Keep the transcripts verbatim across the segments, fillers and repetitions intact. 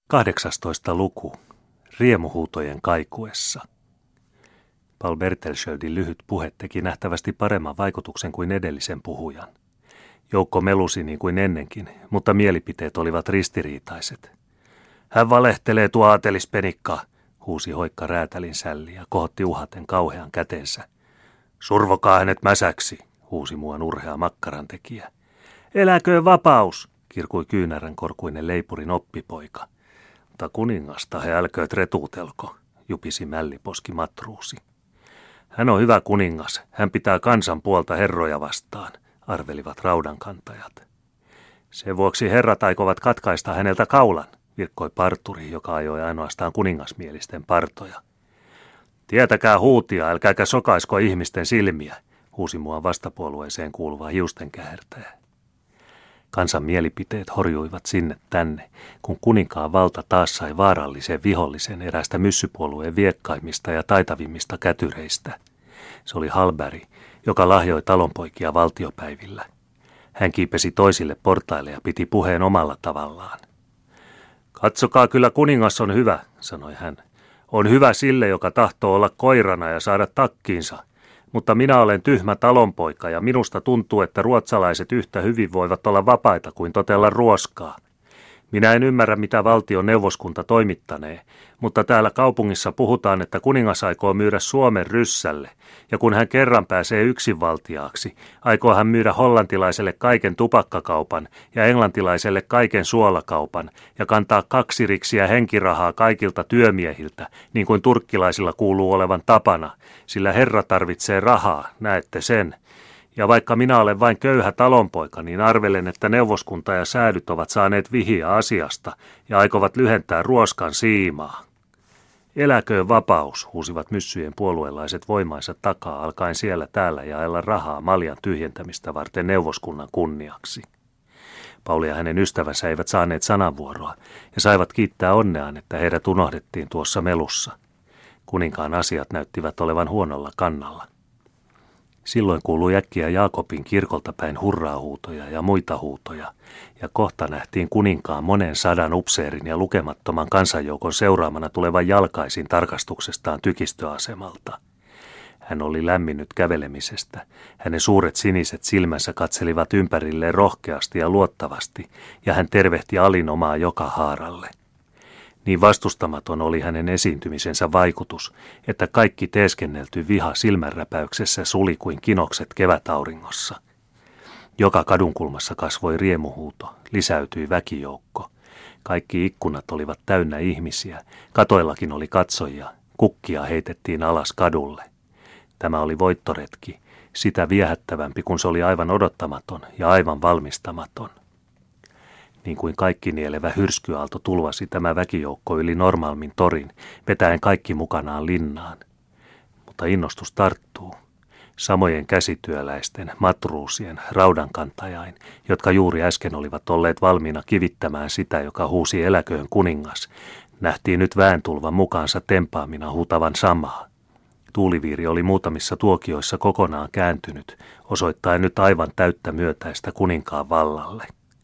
kahdeksastoista luku. Riemuhuutojen kaikuessa. Paul Bertelschöldin lyhyt puhe teki nähtävästi paremman vaikutuksen kuin edellisen puhujan. Joukko melusi niin kuin ennenkin, mutta mielipiteet olivat ristiriitaiset. Hän valehtelee, tuo aatelispenikka, huusi Hoikka räätälin sälli ja kohotti uhaten kauhean kätensä. Survokaa hänet mäsäksi, huusi muuan urhea makkarantekijä. Eläköön vapaus, kirkui kyynärän korkuinen leipurin oppipoika. Mutta kuningasta he älkööt retuutelko, jupisi Mälliposki matruusi. Hän on hyvä kuningas, hän pitää kansan puolta herroja vastaan, arvelivat raudankantajat. Sen vuoksi herrat aikovat katkaista häneltä kaulan, virkkoi parturi, joka ajoi ainoastaan kuningasmielisten partoja. Tietäkää huutia, älkääkä sokaisko ihmisten silmiä, huusi muuan vastapuolueeseen kuuluva hiustenkähertäjä. Kansan mielipiteet horjuivat sinne tänne, kun kuninkaan valta taas sai vaarallisen vihollisen erästä myssypuolueen viekkaimmista ja taitavimmista kätyreistä. Se oli Hallberg, joka lahjoi talonpoikia valtiopäivillä. Hän kiipesi toisille portaille ja piti puheen omalla tavallaan. Katsokaa, kyllä kuningas on hyvä, sanoi hän. On hyvä sille, joka tahtoo olla koirana ja saada takkiinsa. Mutta minä olen tyhmä talonpoika ja minusta tuntuu, että ruotsalaiset yhtä hyvin voivat olla vapaita kuin totella ruoskaa. Minä en ymmärrä, mitä valtion neuvoskunta toimittanee, mutta täällä kaupungissa puhutaan, että kuningas aikoo myydä Suomen ryssälle, ja kun hän kerran pääsee yksinvaltiaaksi, aikoo hän myydä hollantilaiselle kaiken tupakkakaupan ja englantilaiselle kaiken suolakaupan ja kantaa kaksi riksiä henkirahaa kaikilta työmiehiltä, niin kuin turkkilaisilla kuuluu olevan tapana, sillä herra tarvitsee rahaa, näette sen. Ja vaikka minä olen vain köyhä talonpoika, niin arvelen, että neuvoskunta ja säädyt ovat saaneet vihiä asiasta ja aikovat lyhentää ruoskan siimaa. Eläköön vapaus, huusivat myssyjen puolueelaiset voimansa takaa, alkaen siellä täällä jaella rahaa maljan tyhjentämistä varten neuvoskunnan kunniaksi. Pauli ja hänen ystävänsä eivät saaneet sananvuoroa ja saivat kiittää onneaan, että heidät unohdettiin tuossa melussa. Kuninkaan asiat näyttivät olevan huonolla kannalla. Silloin kuului äkkiä Jaakobin kirkolta päin hurraahuutoja ja muita huutoja, ja kohta nähtiin kuninkaan monen sadan upseerin ja lukemattoman kansanjoukon seuraamana tulevan jalkaisin tarkastuksestaan tykistöasemalta. Hän oli lämminnyt kävelemisestä. Hänen suuret siniset silmänsä katselivat ympärilleen rohkeasti ja luottavasti, ja hän tervehti alinomaa joka haaralle. Niin vastustamaton oli hänen esiintymisensä vaikutus, että kaikki teeskennelty viha silmänräpäyksessä suli kuin kinokset kevätauringossa. Joka kadunkulmassa kasvoi riemuhuuto, lisäytyi väkijoukko. Kaikki ikkunat olivat täynnä ihmisiä, katoillakin oli katsojia, kukkia heitettiin alas kadulle. Tämä oli voittoretki, sitä viehättävämpi, kun se oli aivan odottamaton ja aivan valmistamaton. Niin kuin kaikki nielevä hyrskyaalto tulvasi tämä väkijoukko yli Normalmin torin, vetäen kaikki mukanaan linnaan. Mutta innostus tarttuu. Samojen käsityöläisten, matruusien, raudankantajain, jotka juuri äsken olivat olleet valmiina kivittämään sitä, joka huusi eläköön kuningas, nähtiin nyt väentulvan mukaansa tempaamina huutavan samaa. Tuuliviiri oli muutamissa tuokioissa kokonaan kääntynyt, osoittaen nyt aivan täyttä myötäistä kuninkaan vallalle.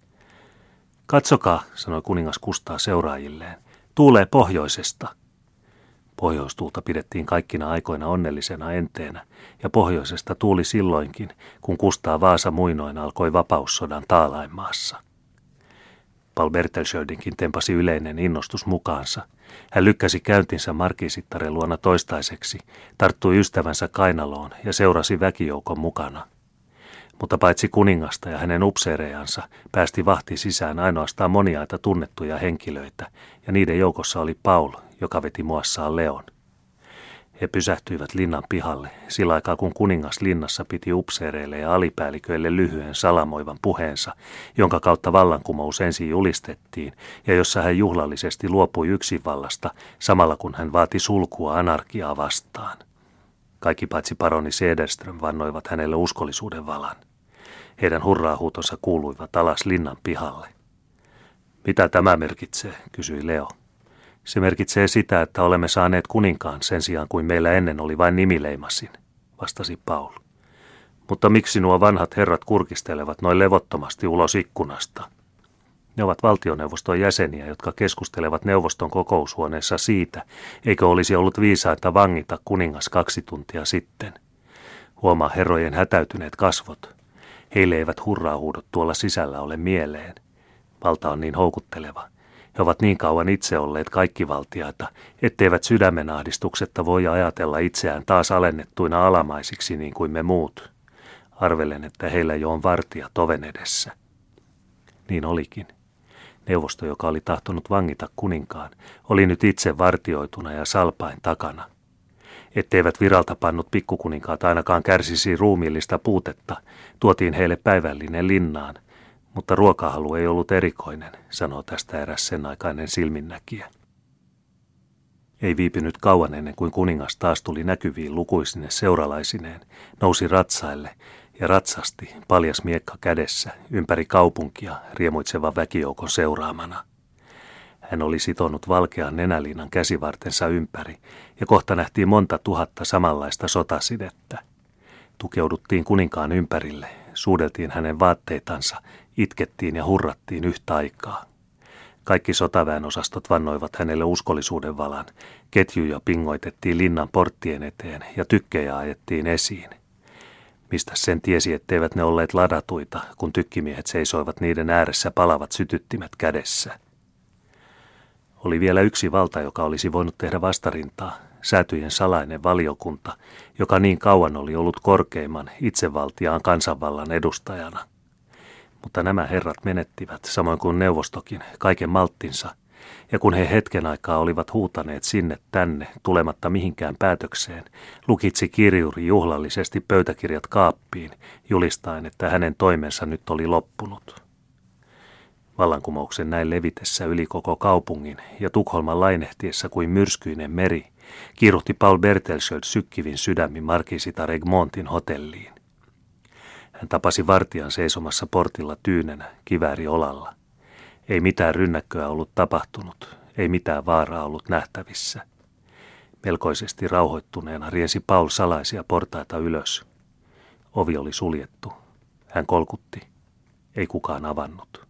Katsokaa, sanoi kuningas Kustaa seuraajilleen, tuulee pohjoisesta. Pohjoistuulta pidettiin kaikkina aikoina onnellisena enteenä, ja pohjoisesta tuuli silloinkin, kun Kustaa Vaasa muinoin alkoi vapaussodan Taalainmaassa. Paul Bertelschöldinkin tempasi yleinen innostus mukaansa. Hän lykkäsi käyntinsä markiisittaren luona toistaiseksi, tarttui ystävänsä kainaloon ja seurasi väkijoukon mukana. Mutta paitsi kuningasta ja hänen upseerejansa päästi vahti sisään ainoastaan moniaita tunnettuja henkilöitä, ja niiden joukossa oli Paul, joka veti muassaan Leon. He pysähtyivät linnan pihalle, sillä aikaa kun kuningas linnassa piti upseereille ja alipäälliköille lyhyen salamoivan puheensa, jonka kautta vallankumous ensin julistettiin, ja jossa hän juhlallisesti luopui yksinvallasta, samalla kun hän vaati sulkua anarkiaa vastaan. Kaikki paitsi paroni Cederström vannoivat hänelle uskollisuuden valan. Heidän hurraahuutonsa kuuluivat alas linnan pihalle. Mitä tämä merkitsee, kysyi Leo. Se merkitsee sitä, että olemme saaneet kuninkaan sen sijaan kuin meillä ennen oli vain nimileimasin, vastasi Paul. Mutta miksi nuo vanhat herrat kurkistelevat noin levottomasti ulos ikkunasta? Ne ovat valtioneuvoston jäseniä, jotka keskustelevat neuvoston kokoushuoneessa siitä, eikö olisi ollut viisainta vangita kuningas kaksi tuntia sitten. Huomaa herrojen hätäytyneet kasvot. Heille eivät hurraahuudot tuolla sisällä ole mieleen. Valta on niin houkutteleva. He ovat niin kauan itse olleet kaikkivaltiaita, etteivät sydämenahdistuksetta voi ajatella itseään taas alennettuina alamaisiksi niin kuin me muut. Arvelen, että heillä jo on vartijat oven edessä. Niin olikin. Neuvosto, joka oli tahtonut vangita kuninkaan, oli nyt itse vartioituna ja salpain takana. Etteivät viralta pannut pikkukuninkaat ainakaan kärsisi ruumiillista puutetta, tuotiin heille päivällinen linnaan, mutta ruokahalu ei ollut erikoinen, sanoo tästä eräs sen aikainen silminnäkijä. Ei viipynyt kauan ennen kuin kuningas taas tuli näkyviin lukuisine seuralaisineen, nousi ratsaille ja ratsasti, paljas miekka kädessä, ympäri kaupunkia riemuitsevan väkijoukon seuraamana. Hän oli sitonut valkean nenäliinan käsivartensa ympäri, ja kohta nähtiin monta tuhatta samanlaista sotasidettä. Tukeuduttiin kuninkaan ympärille, suudeltiin hänen vaatteitansa, itkettiin ja hurrattiin yhtä aikaa. Kaikki sotaväenosastot vannoivat hänelle uskollisuuden valan, ketjuja pingoitettiin linnan porttien eteen ja tykkejä ajettiin esiin. Mistä sen tiesi, etteivät ne olleet ladatuita, kun tykkimiehet seisoivat niiden ääressä palavat sytyttimet kädessä. Oli vielä yksi valta, joka olisi voinut tehdä vastarintaa, säätyjen salainen valiokunta, joka niin kauan oli ollut korkeimman itsevaltiaan kansanvallan edustajana. Mutta nämä herrat menettivät, samoin kuin neuvostokin, kaiken malttinsa, ja kun he hetken aikaa olivat huutaneet sinne tänne, tulematta mihinkään päätökseen, lukitsi kirjuri juhlallisesti pöytäkirjat kaappiin, julistaen, että hänen toimensa nyt oli loppunut. Vallankumouksen näin levitessä yli koko kaupungin ja Tukholman lainehtiessä kuin myrskyinen meri, kiiruhti Paul Bertelsköld sykkivin sydämin markiisitar Egmontin hotelliin. Hän tapasi vartijan seisomassa portilla tyynenä, kivääri olalla. Ei mitään rynnäkköä ollut tapahtunut, ei mitään vaaraa ollut nähtävissä. Melkoisesti rauhoittuneena riensi Paul salaisia portaita ylös. Ovi oli suljettu. Hän kolkutti. Ei kukaan avannut.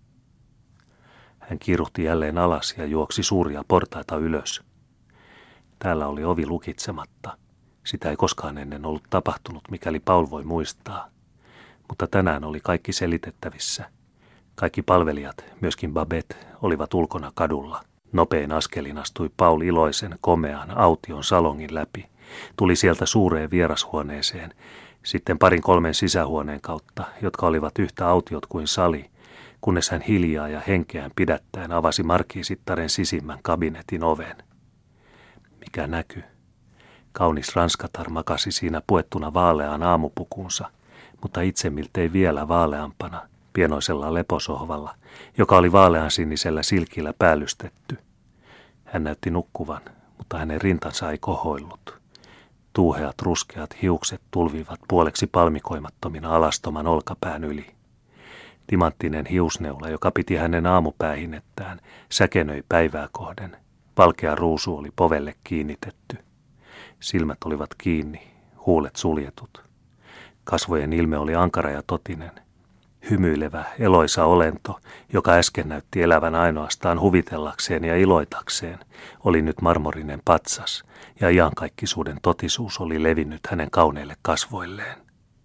Hän kiiruhti jälleen alas ja juoksi suuria portaita ylös. Täällä oli ovi lukitsematta. Sitä ei koskaan ennen ollut tapahtunut, mikäli Paul voi muistaa. Mutta tänään oli kaikki selitettävissä. Kaikki palvelijat, myöskin Babette, olivat ulkona kadulla. Nopein askelin astui Paul iloisen, komean, aution salongin läpi. Tuli sieltä suureen vierashuoneeseen, sitten parin kolmen sisähuoneen kautta, jotka olivat yhtä autiot kuin sali, kunnes hän hiljaa ja henkeään pidättäen avasi markiisittaren sisimmän kabinetin oven. Mikä näky? Kaunis ranskatar makasi siinä puettuna vaaleaan aamupukunsa, mutta itse miltei vielä vaaleampana, pienoisella leposohvalla, joka oli vaaleansinisellä silkillä päällystetty. Hän näytti nukkuvan, mutta hänen rintansa ei kohoillut. Tuuheat ruskeat hiukset tulvivat puoleksi palmikoimattomina alastoman olkapään yli. Timanttinen hiusneula, joka piti hänen aamupäähinettään, säkenöi päivää kohden. Valkea ruusu oli povelle kiinnitetty. Silmät olivat kiinni, huulet suljetut. Kasvojen ilme oli ankara ja totinen. Hymyilevä, eloisa olento, joka äsken näytti elävän ainoastaan huvitellakseen ja iloitakseen, oli nyt marmorinen patsas, ja iankaikkisuuden totisuus oli levinnyt hänen kauneille kasvoilleen.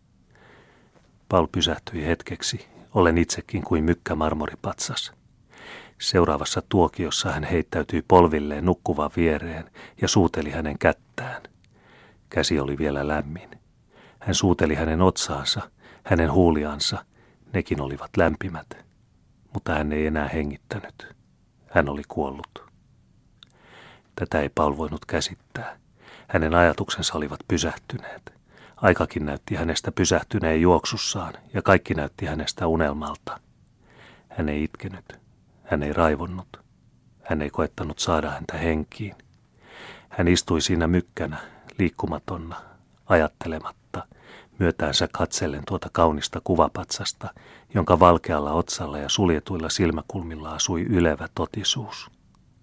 Paul pysähtyi hetkeksi, olen itsekin kuin mykkä marmoripatsas. Seuraavassa tuokiossa hän heittäytyi polvilleen nukkuvan viereen ja suuteli hänen kättään. Käsi oli vielä lämmin. Hän suuteli hänen otsaansa, hänen huuliansa, nekin olivat lämpimät, mutta hän ei enää hengittänyt. Hän oli kuollut. Tätä ei Paul voinut käsittää. Hänen ajatuksensa olivat pysähtyneet. Aikakin näytti hänestä pysähtyneen juoksussaan ja kaikki näytti hänestä unelmalta. Hän ei itkenyt. Hän ei raivonnut. Hän ei koettanut saada häntä henkiin. Hän istui siinä mykkänä, liikkumatonna, ajattelematta, myötäänsä katsellen tuota kaunista kuvapatsasta, jonka valkealla otsalla ja suljetuilla silmäkulmilla asui ylevä totisuus.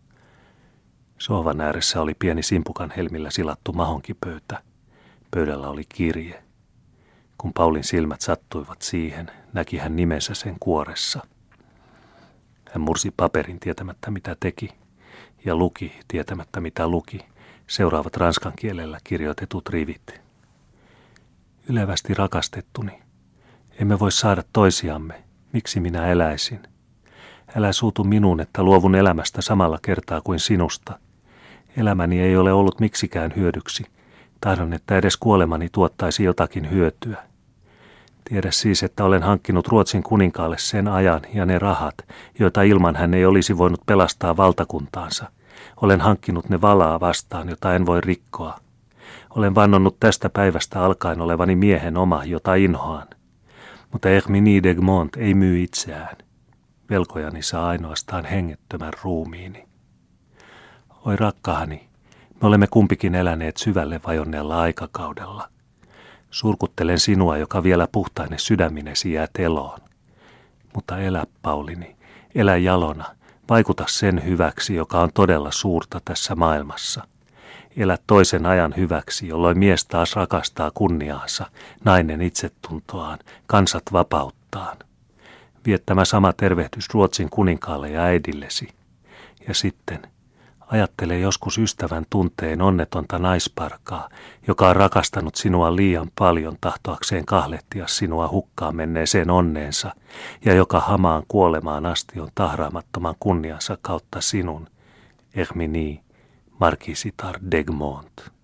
Sohvan ääressä oli pieni simpukan helmillä silattu mahonkipöytä. Pöydällä oli kirje. Kun Paulin silmät sattuivat siihen, näki hän nimensä sen kuoressa. Hän mursi paperin tietämättä mitä teki ja luki tietämättä mitä luki seuraavat ranskan kielellä kirjoitetut rivit. Ylevästi rakastettuni, emme voi saada toisiamme, miksi minä eläisin? Älä suutu minuun, että luovun elämästä samalla kertaa kuin sinusta. Elämäni ei ole ollut miksikään hyödyksi. Tahdon, että edes kuolemani tuottaisi jotakin hyötyä. Tiedä siis, että olen hankkinut Ruotsin kuninkaalle sen ajan ja ne rahat, joita ilman hän ei olisi voinut pelastaa valtakuntaansa. Olen hankkinut ne valaa vastaan, jota en voi rikkoa. Olen vannonnut tästä päivästä alkaen olevani miehen oma, jota inhoan. Mutta Herminie d'Egmont ei myy itseään. Velkojani saa ainoastaan hengettömän ruumiini. Oi rakkahani, me olemme kumpikin eläneet syvälle vajonneella aikakaudella. Surkuttelen sinua, joka vielä puhtaine sydäminesi jää teloon. Mutta elä, Paulini, elä jalona, vaikuta sen hyväksi, joka on todella suurta tässä maailmassa. Elä toisen ajan hyväksi, jolloin mies taas rakastaa kunniaansa, nainen itsetuntoaan, kansat vapauttaan. Vie tämä sama tervehdys Ruotsin kuninkaalle ja äidillesi. Ja sitten ajattele joskus ystävän tunteen onnetonta naisparkaa, joka on rakastanut sinua liian paljon tahtoakseen kahlehtia sinua hukkaan menneeseen onneensa, ja joka hamaan kuolemaan asti on tahraamattoman kunniansa kautta sinun, Herminie Marquisitar d'Egmont.